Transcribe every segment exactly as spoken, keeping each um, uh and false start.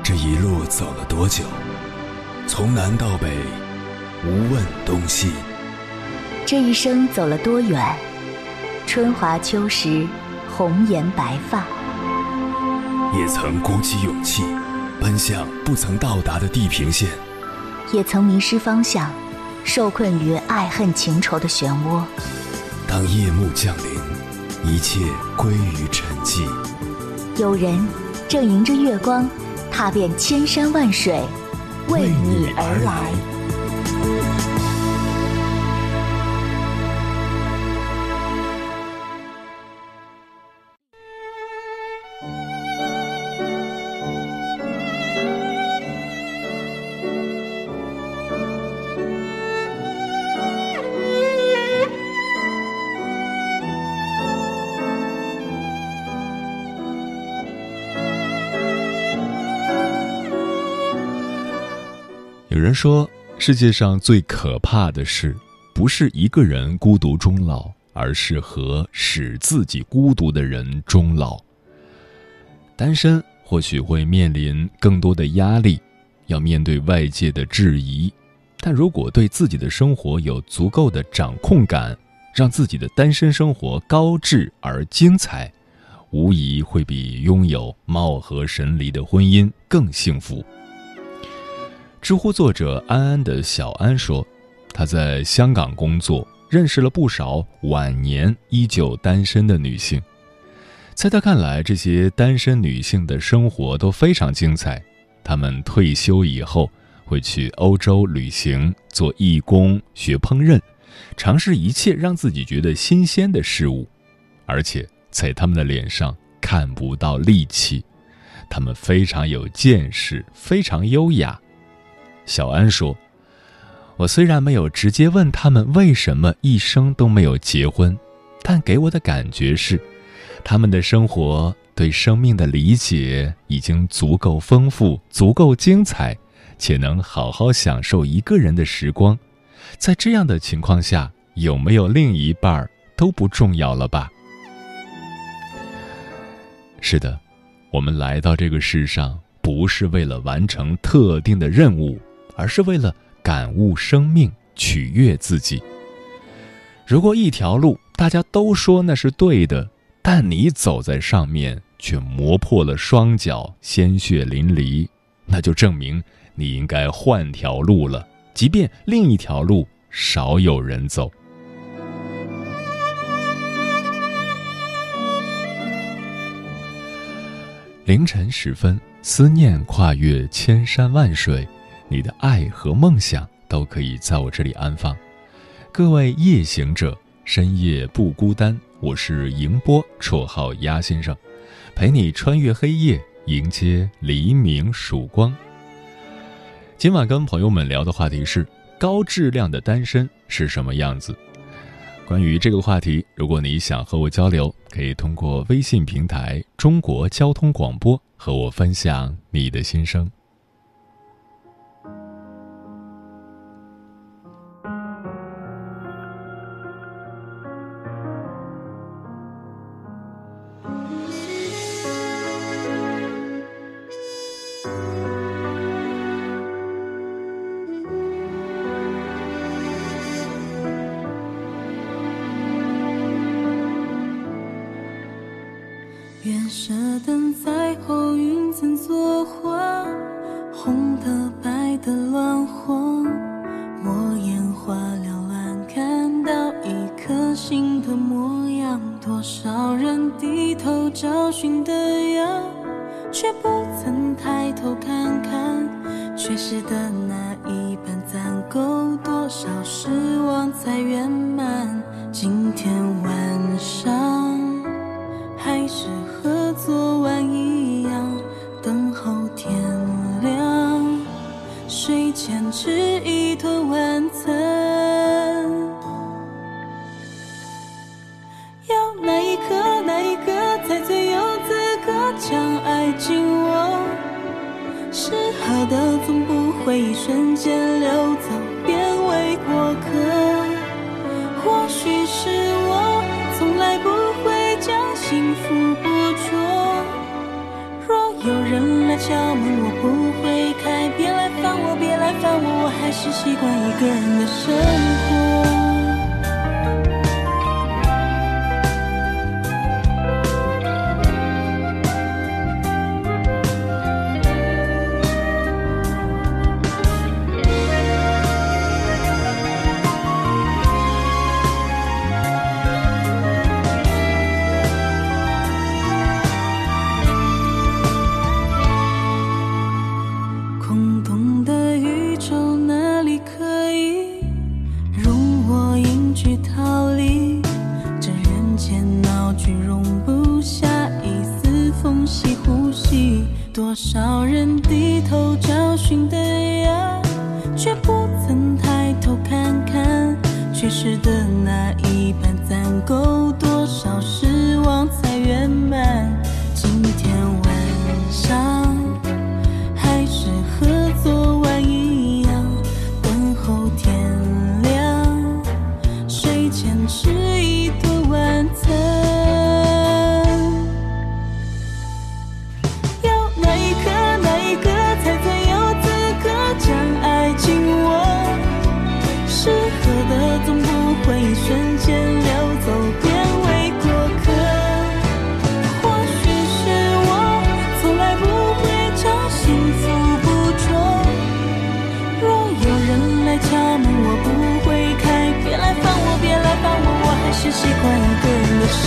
这一路走了多久？从南到北，无问东西。 这一生走了多远？春华秋实，红颜白发。 也曾鼓起勇气，奔向不曾到达的地平线。 也曾迷失方向，受困于爱恨情仇的漩涡。 当夜幕降临，一切归于沉寂。 有人正迎着月光，踏遍千山万水，为你而来。 有人说，世界上最可怕的事，不是一个人孤独终老，而是和使自己孤独的人终老。单身或许会面临更多的压力，要面对外界的质疑，但如果对自己的生活有足够的掌控感，让自己的单身生活高质而精彩，无疑会比拥有貌合神离的婚姻更幸福。知乎作者安安的小安说，她在香港工作，认识了不少晚年依旧单身的女性。在她看来，这些单身女性的生活都非常精彩。她们退休以后会去欧洲旅行，做义工，学烹饪，尝试一切让自己觉得新鲜的事物，而且在她们的脸上看不到戾气。她们非常有见识，非常优雅。小安说，我虽然没有直接问他们为什么一生都没有结婚，但给我的感觉是，他们的生活对生命的理解已经足够丰富，足够精彩，且能好好享受一个人的时光。在这样的情况下，有没有另一半都不重要了吧？是的，我们来到这个世上，不是为了完成特定的任务，而是为了感悟生命，取悦自己。如果一条路大家都说那是对的，但你走在上面却磨破了双脚，鲜血淋漓，那就证明你应该换条路了，即便另一条路少有人走。凌晨时分，思念跨越千山万水，你的爱和梦想都可以在我这里安放。各位夜行者，深夜不孤单，我是迎波，绰号鸭先生，陪你穿越黑夜，迎接黎明曙光。今晚跟朋友们聊的话题是，高质量的单身是什么样子？关于这个话题，如果你想和我交流，可以通过微信平台中国交通广播和我分享你的心声。 月色等在后云层作画，红的白的乱晃，我眼花缭乱看到一颗心的模样，多少人低头找寻的样，却不曾抬头看看缺失的那一半攒够，多少失望才圆满。今天晚上还是和昨晚一样，等候天亮，睡前吃一顿晚餐。要哪一刻哪一个才最有资格将爱紧握？适合的总不会一瞬间溜走，变为过客。或许是我从来不会将幸福捕捉，若有人来敲门我不会开，别来烦我别来烦我，我还是习惯一个人的生活。多少人低头找寻的呀，却不曾抬头看看，缺失的那一半攒够多少失望才圆满。今天晚上还是和昨晚一样，等候天亮，睡前吃一顿晚餐。瞬间流走，变为过客。或许是我从来不会将幸福捕捉。若有人来敲门，我不会开，别来烦我，别来烦我，我还是习惯一个人的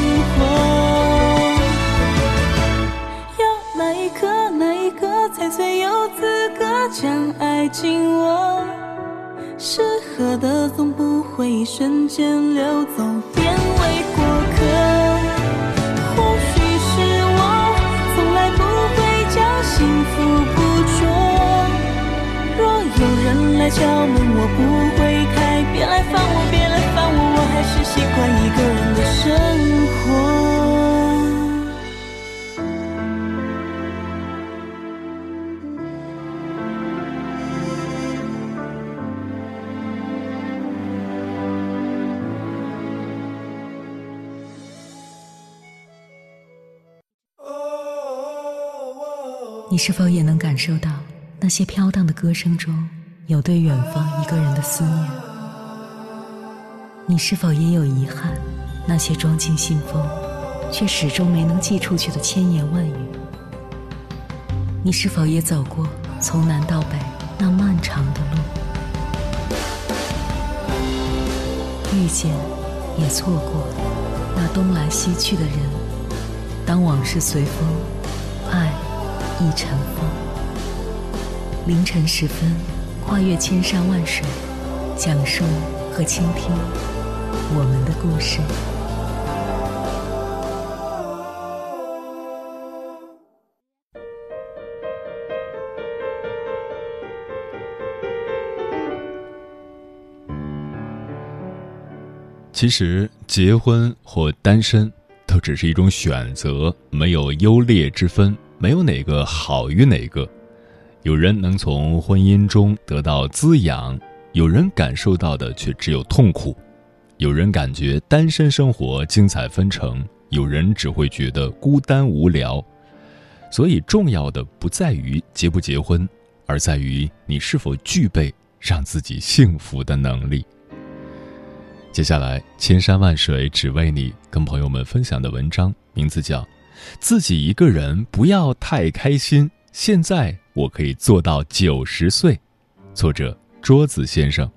生活。要哪一刻，哪一个才最有资格将爱紧握？适合的总不会一瞬间流走，变为过客。或许是我从来不会将幸福捕捉。若有人来敲门，我不会开，别来烦我，别来烦我，我还是习惯一个人的生活。 你是否也能感受到那些飘荡的歌声中有对远方一个人的思念？你是否也有遗憾，那些装进信封却始终没能寄出去的千言万语？你是否也走过从南到北那漫长的路？遇见也错过那东来西去的人，当往事随风，爱一尘封。凌晨时分，跨越千山万水，讲述和倾听我们的故事。 其实结婚或单身都只是一种选择，没有优劣之分，没有哪个好于哪个。有人能从婚姻中得到滋养，有人感受到的却只有痛苦。有人感觉单身生活精彩纷呈，有人只会觉得孤单无聊。所以重要的不在于结不结婚，而在于你是否具备让自己幸福的能力。接下来千山万水只为你跟朋友们分享的文章名字叫自己一个人不要太开心，现在我可以做到九十岁，作者桌子先生。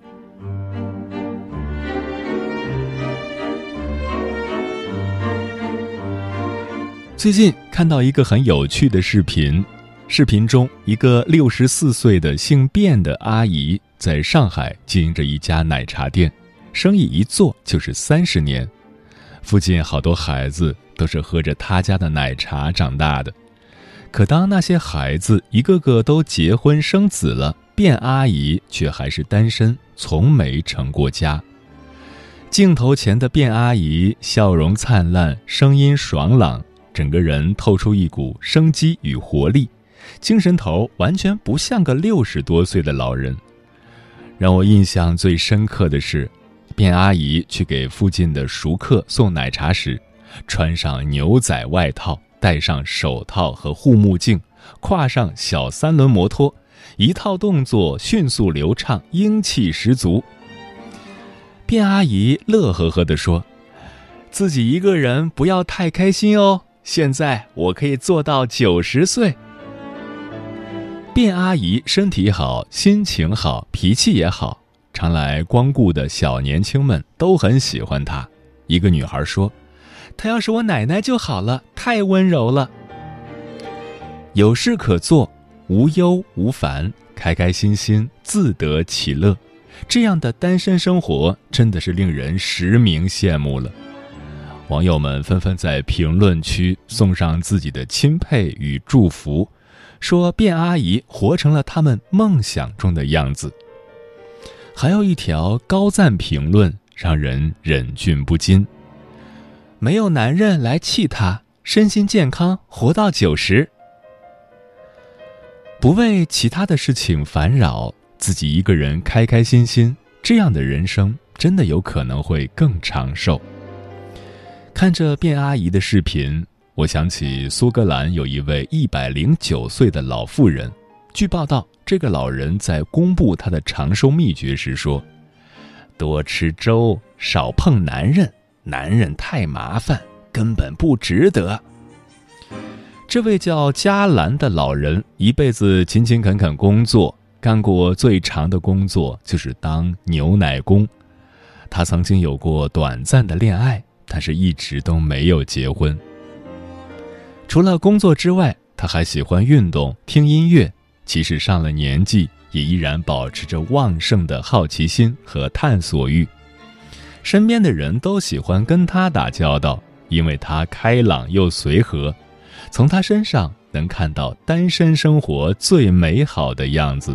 最近看到一个很有趣的视频，视频中一个六十四岁的姓卞的阿姨在上海经营着一家奶茶店，生意一做就是三十年，附近好多孩子都是喝着她家的奶茶长大的。可当那些孩子一个个都结婚生子了，卞阿姨却还是单身，从没成过家。镜头前的卞阿姨笑容灿烂，声音爽朗，整个人透出一股生机与活力，精神头完全不像个六十多岁的老人。让我印象最深刻的是，卞阿姨去给附近的熟客送奶茶时，穿上牛仔外套，戴上手套和护目镜， 跨上小三轮摩托，一套动作迅速流畅，英气十足。卞阿姨乐呵呵地说，自己一个人不要太开心哦，现在我可以做到九十岁。卞阿姨身体好，心情好，脾气也好，常来光顾的小年轻们都很喜欢她。一个女孩说，她要是我奶奶就好了，太温柔了。有事可做，无忧无烦，开开心心，自得其乐，这样的单身生活真的是令人实名羡慕了。网友们纷纷在评论区送上自己的钦佩与祝福，说卞阿姨活成了他们梦想中的样子。还有一条高赞评论让人忍俊不禁，没有男人来气她，身心健康，活到九十。不为其他的事情烦扰，自己一个人开开心心，这样的人生真的有可能会更长寿。看着卞阿姨的视频，我想起苏格兰有一位一百零九岁的老妇人。据报道，这个老人在公布她的长寿秘诀时说，多吃粥，少碰男人，男人太麻烦，根本不值得。这位叫加兰的老人一辈子勤勤恳恳工作，干过最长的工作就是当牛奶工。他曾经有过短暂的恋爱，但是一直都没有结婚。除了工作之外，他还喜欢运动、听音乐，即使上了年纪，也依然保持着旺盛的好奇心和探索欲。身边的人都喜欢跟他打交道，因为他开朗又随和，从他身上能看到单身生活最美好的样子。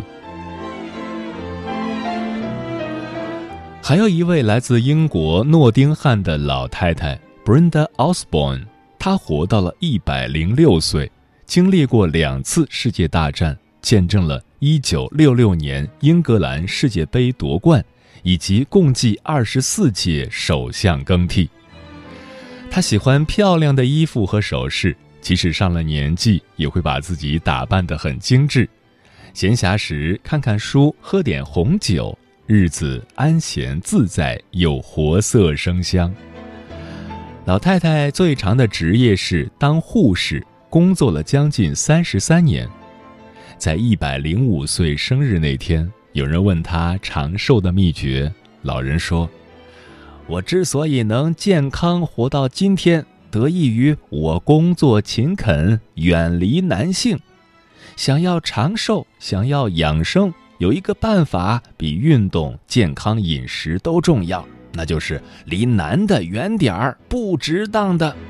还有一位来自英国诺丁汉的老太太 Brenda Osborne， 她活到了一百零六岁，经历过两次世界大战，见证了一九六六年英格兰世界杯夺冠，以及共计二十四届首相更替。她喜欢漂亮的衣服和首饰，即使上了年纪，也会把自己打扮得很精致。闲暇时看看书，喝点红酒，日子安闲自在又活色生香。老太太最长的职业是当护士，工作了将近三十三年。在一百零五岁生日那天，有人问她长寿的秘诀，老人说，我之所以能健康活到今天，得益于我工作勤恳，远离男性。想要长寿，想要养生，有一个办法比运动、健康饮食都重要，那就是离男的远点儿，不值当的。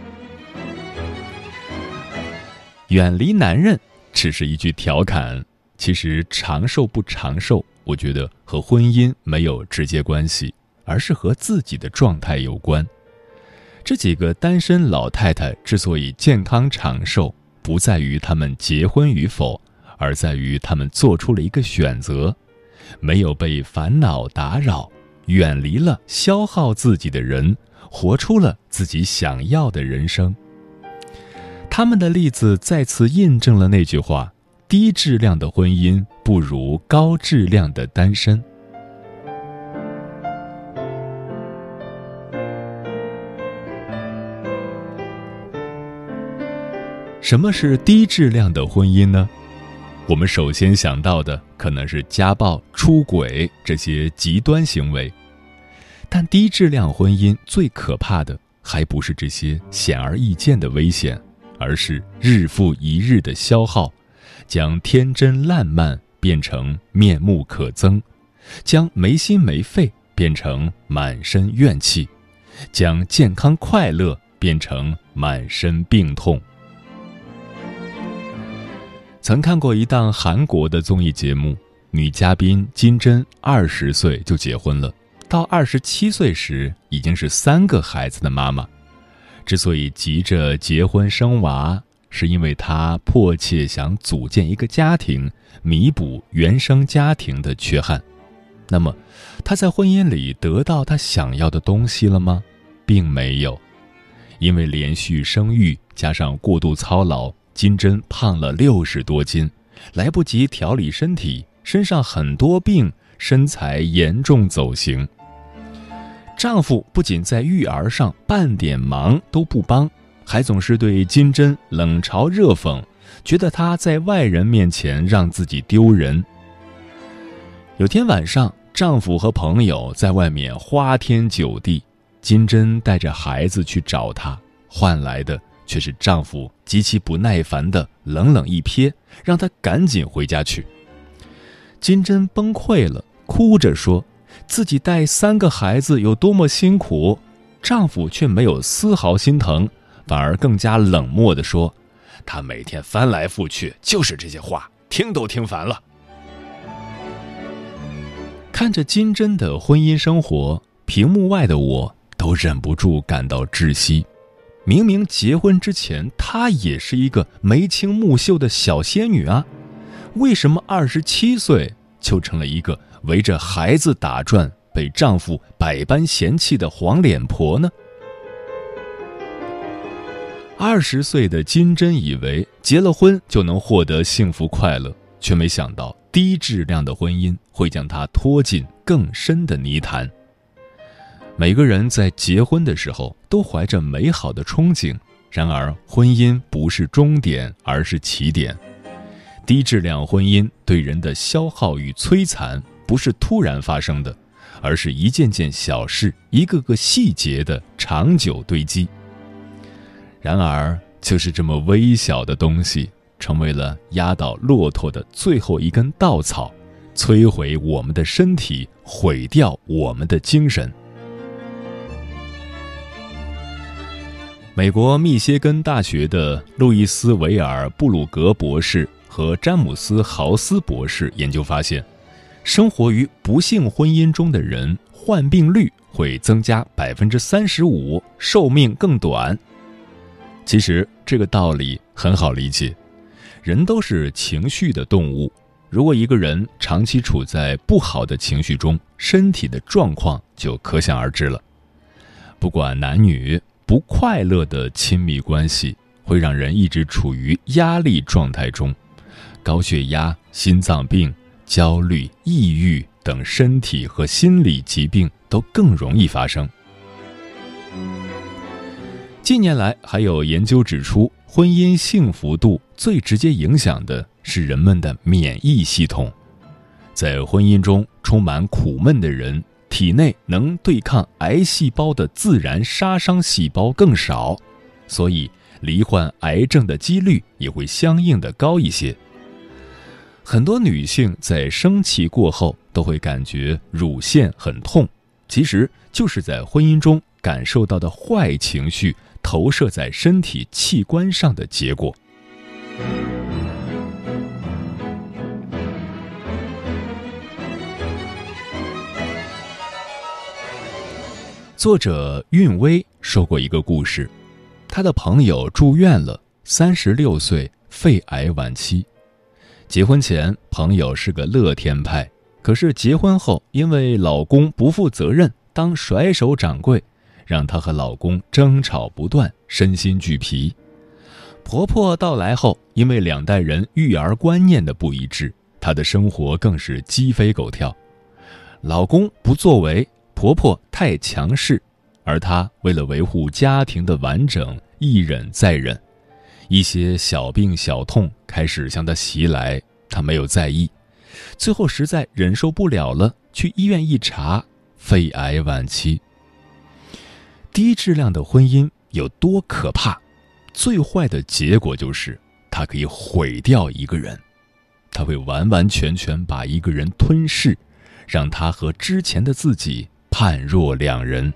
远离男人只是一句调侃，其实长寿不长寿，我觉得和婚姻没有直接关系，而是和自己的状态有关。这几个单身老太太之所以健康长寿，不在于她们结婚与否，而在于她们做出了一个选择，没有被烦恼打扰，远离了消耗自己的人，活出了自己想要的人生。他们的例子再次印证了那句话，低质量的婚姻不如高质量的单身。什么是低质量的婚姻呢？我们首先想到的可能是家暴、出轨这些极端行为，但低质量婚姻最可怕的还不是这些显而易见的危险，而是日复一日的消耗，将天真烂漫变成面目可憎，将没心没肺变成满身怨气，将健康快乐变成满身病痛。曾看过一档韩国的综艺节目，女嘉宾金珍二十岁就结婚了，到二十七岁时已经是三个孩子的妈妈。之所以急着结婚生娃，是因为她迫切想组建一个家庭，弥补原生家庭的缺憾。那么，她在婚姻里得到她想要的东西了吗？并没有，因为连续生育加上过度操劳， 金珍胖了六十多斤，来不及调理身体，身上很多病，身材严重走形。丈夫不仅在育儿上半点忙都不帮，还总是对金珍冷嘲热讽，觉得她在外人面前让自己丢人。有天晚上，丈夫和朋友在外面花天酒地，金珍带着孩子去找她，换来的却是丈夫极其不耐烦的冷冷一瞥，让她赶紧回家去。金珍崩溃了，哭着说自己带三个孩子有多么辛苦，丈夫却没有丝毫心疼，反而更加冷漠地说，他每天翻来覆去就是这些话，听都听烦了。看着金珍的婚姻生活，屏幕外的我都忍不住感到窒息。明明结婚之前她也是一个眉清目秀的小仙女啊，为什么二十七岁就成了一个围着孩子打转，被丈夫百般嫌弃的黄脸婆呢？二十岁的金珍以为结了婚就能获得幸福快乐，却没想到低质量的婚姻会将她拖进更深的泥潭。每个人在结婚的时候都怀着美好的憧憬，然而婚姻不是终点，而是起点。低质量婚姻对人的消耗与摧残不是突然发生的，而是一件件小事，一个个细节的长久堆积。然而就是这么微小的东西，成为了压倒骆驼的最后一根稻草，摧毁我们的身体，毁掉我们的精神。美国密歇根大学的路易斯·维尔·布鲁格博士和詹姆斯·豪斯博士研究发现，生活于不幸婚姻中的人患病率会增加 百分之三十五， 寿命更短。其实这个道理很好理解，人都是情绪的动物，如果一个人长期处在不好的情绪中，身体的状况就可想而知了。不管男女，不快乐的亲密关系会让人一直处于压力状态中，高血压、心脏病、焦虑、抑郁等身体和心理疾病都更容易发生。近年来还有研究指出，婚姻幸福度最直接影响的是人们的免疫系统。在婚姻中充满苦闷的人，体内能对抗癌细胞的自然杀伤细胞更少，所以罹患癌症的几率也会相应的高一些。很多女性在生气过后都会感觉乳腺很痛，其实就是在婚姻中感受到的坏情绪投射在身体器官上的结果。作者韵薇说过一个故事，他的朋友住院了，三十六岁，肺癌晚期。结婚前，朋友是个乐天派，可是结婚后，因为老公不负责任，当甩手掌柜，让她和老公争吵不断，身心俱疲。婆婆到来后，因为两代人育儿观念的不一致，她的生活更是鸡飞狗跳。老公不作为，婆婆太强势，而她为了维护家庭的完整，一忍再忍。一些小病小痛开始向她袭来，她没有在意，最后实在忍受不了了，去医院一查，肺癌晚期。低质量的婚姻有多可怕？最坏的结果就是它可以毁掉一个人，它会完完全全把一个人吞噬，让他和之前的自己判若两人。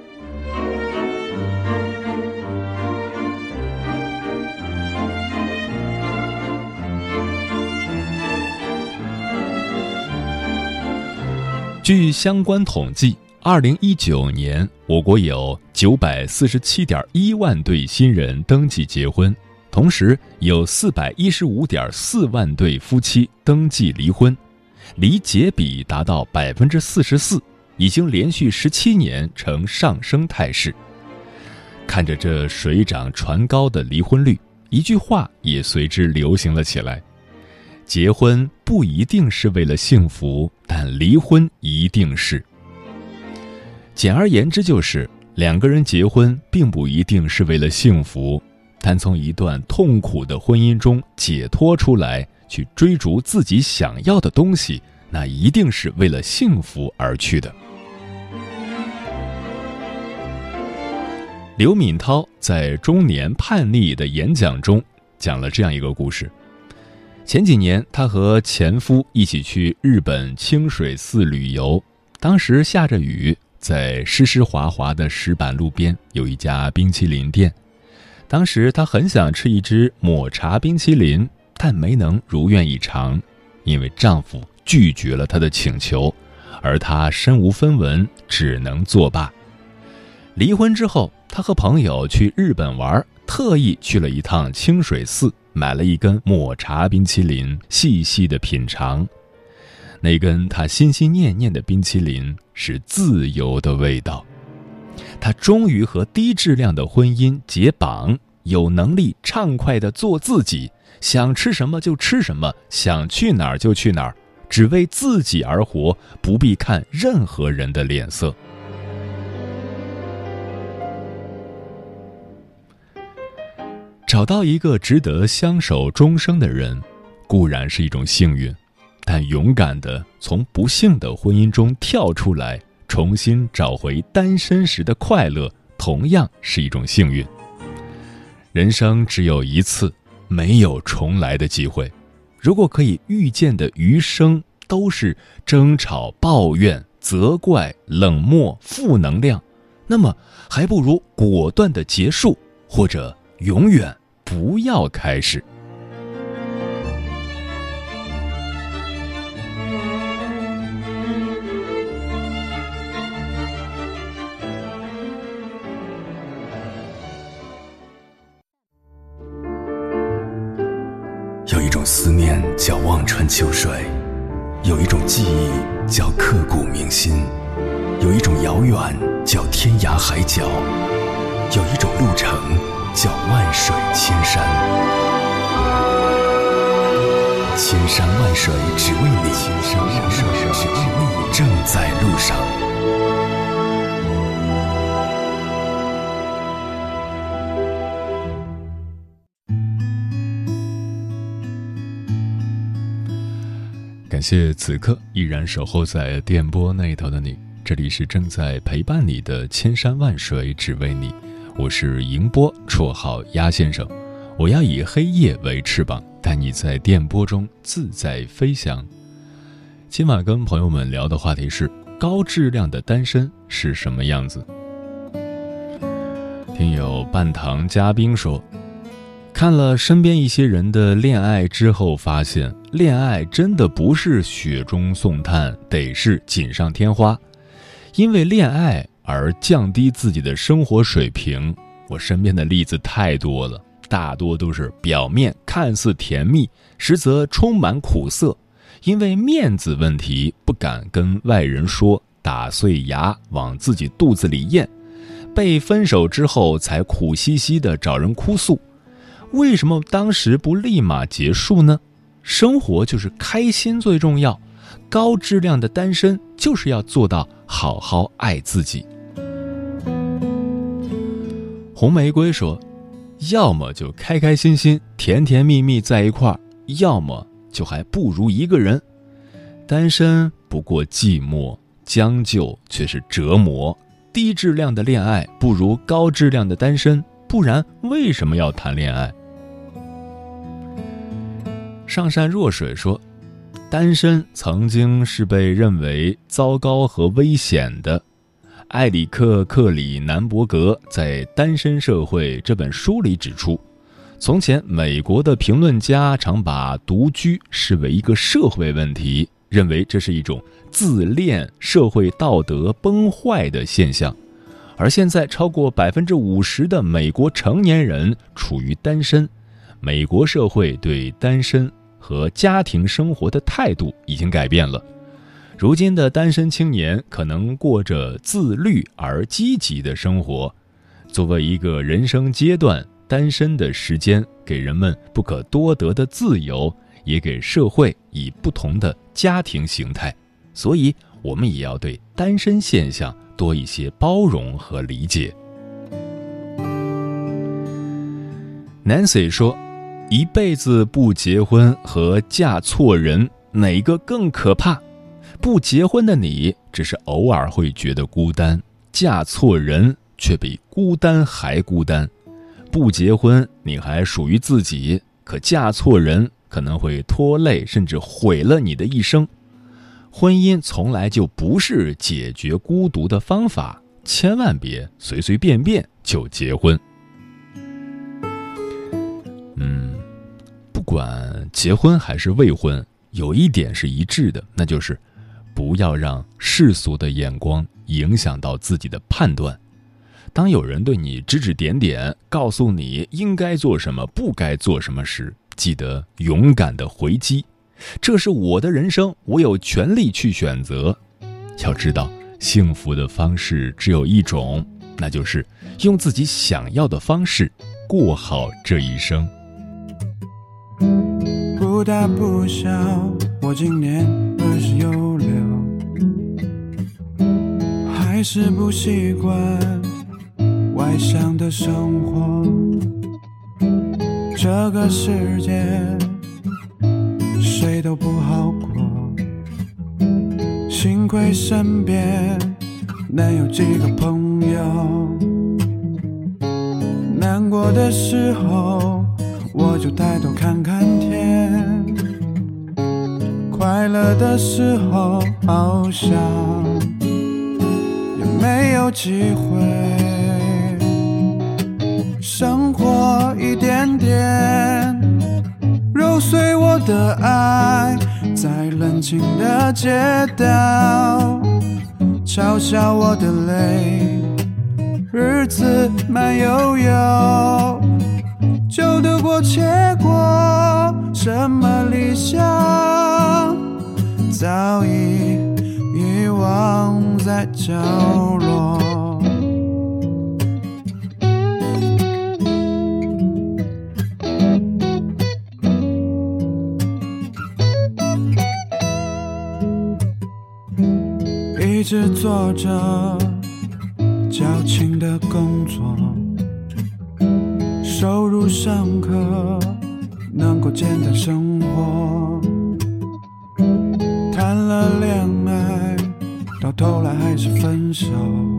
据相关统计，二零一九年我国有九百四十七点一万对新人登记结婚，同时有四百一十五点四万对夫妻登记离婚，离结比达到百分之四十四，已经连续十七年呈上升态势。看着这水涨船高的离婚率， 一句话也随之流行了起来：结婚不一定是为了幸福，但离婚一定是。简而言之，就是两个人结婚并不一定是为了幸福，但从一段痛苦的婚姻中解脱出来，去追逐自己想要的东西，那一定是为了幸福而去的。刘敏涛在中年叛逆的演讲中讲了这样一个故事。前几年，她和前夫一起去日本清水寺旅游，当时下着雨，在湿湿滑滑的石板路边有一家冰淇淋店。当时她很想吃一支抹茶冰淇淋，但没能如愿以偿，因为丈夫拒绝了她的请求，而她身无分文，只能作罢。离婚之后，她和朋友去日本玩，特意去了一趟清水寺，买了一根抹茶冰淇淋，细细的品尝。那根她心心念念的冰淇淋是自由的味道。她终于和低质量的婚姻解绑，有能力畅快地做自己，想吃什么就吃什么，想去哪儿就去哪儿，只为自己而活，不必看任何人的脸色。找到一个值得相守终生的人，固然是一种幸运，但勇敢地从不幸的婚姻中跳出来，重新找回单身时的快乐，同样是一种幸运。人生只有一次，没有重来的机会。如果可以预见的余生都是争吵、抱怨、责怪、冷漠、负能量，那么还不如果断的结束，或者永远不要开始。 有一种思念叫望穿秋水，有一种记忆叫刻骨铭心，有一种遥远叫天涯海角，有一种路程叫万水千山。千山万水只为你，千山万水只为你，正在路上。 感谢此刻依然守候在电波那头的你，这里是正在陪伴你的千山万水只为你，我是迎波，绰号鸭先生。我要以黑夜为翅膀，带你在电波中自在飞翔。今晚跟朋友们聊的话题是高质量的单身是什么样子。听友半糖嘉宾说，看了身边一些人的恋爱之后，发现恋爱真的不是雪中送炭，得是锦上添花。因为恋爱而降低自己的生活水平，我身边的例子太多了，大多都是表面看似甜蜜，实则充满苦涩。因为面子问题不敢跟外人说，打碎牙往自己肚子里咽，被分手之后才苦兮兮地找人哭诉。为什么当时不立马结束呢？生活就是开心最重要，高质量的单身就是要做到好好爱自己。红玫瑰说，要么就开开心心甜甜蜜蜜在一块儿，要么就还不如一个人。单身不过寂寞，将就却是折磨。低质量的恋爱不如高质量的单身，不然为什么要谈恋爱？上善若水说，单身曾经是被认为糟糕和危险的。埃里克·克里南伯格在《单身社会》这本书里指出，从前美国的评论家常把独居视为一个社会问题，认为这是一种自恋、社会道德崩坏的现象。而现在超过百分之五十的美国成年人处于单身，美国社会对单身和家庭生活的态度已经改变了。如今的单身青年可能过着自律而积极的生活。作为一个人生阶段， 单身的时间给人们不可多得的自由，也给社会以不同的家庭形态，所以我们也要对单身现象多一些包容和理解。Nancy 说，一辈子不结婚和嫁错人，哪个更可怕？不结婚的你只是偶尔会觉得孤单，嫁错人却比孤单还孤单。不结婚你还属于自己，可嫁错人可能会拖累甚至毁了你的一生。婚姻从来就不是解决孤独的方法，千万别随随便便就结婚。嗯，不管结婚还是未婚，有一点是一致的，那就是不要让世俗的眼光影响到自己的判断。当有人对你指指点点，告诉你应该做什么不该做什么时，记得勇敢地回击，这是我的人生，我有权利去选择。要知道，幸福的方式只有一种，那就是用自己想要的方式过好这一生。 不大不小，我今年二十有六，还是不习惯外向的生活。这个世界谁都不好过，幸亏身边能有几个朋友。难过的时候我就抬头看看天，快乐的时候好像也没有机会。生活一点点揉碎我的爱，在冷清的街道嘲笑我的泪，日子慢悠悠，就得过且过，什么理想早已遗忘在角落。一直做着矫情的工作，收入尚可，能够简单生活。谈了恋爱，到头来还是分手。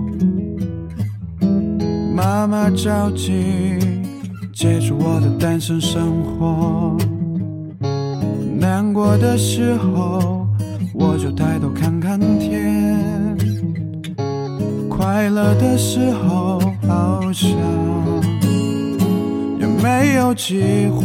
妈妈着急结束我的单身生活，难过的时候我就抬头看看天，快乐的时候好像也没有机会。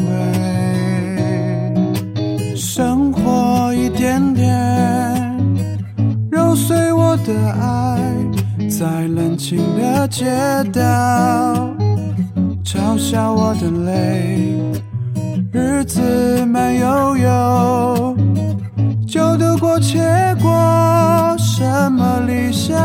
生活一点点揉碎我的爱，在冷清的街道嘲笑我的泪，日子慢悠悠，就得过且过，什么理想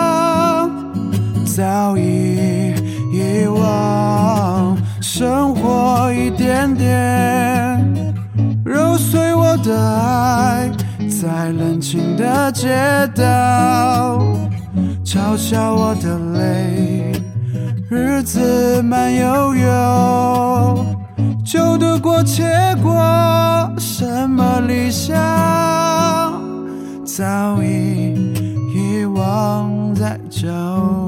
早已遗忘。生活一点点揉碎我的爱，在冷清的街道嘲笑我的泪，日子慢悠悠，就得过且过，什么理想早已遗忘在角落。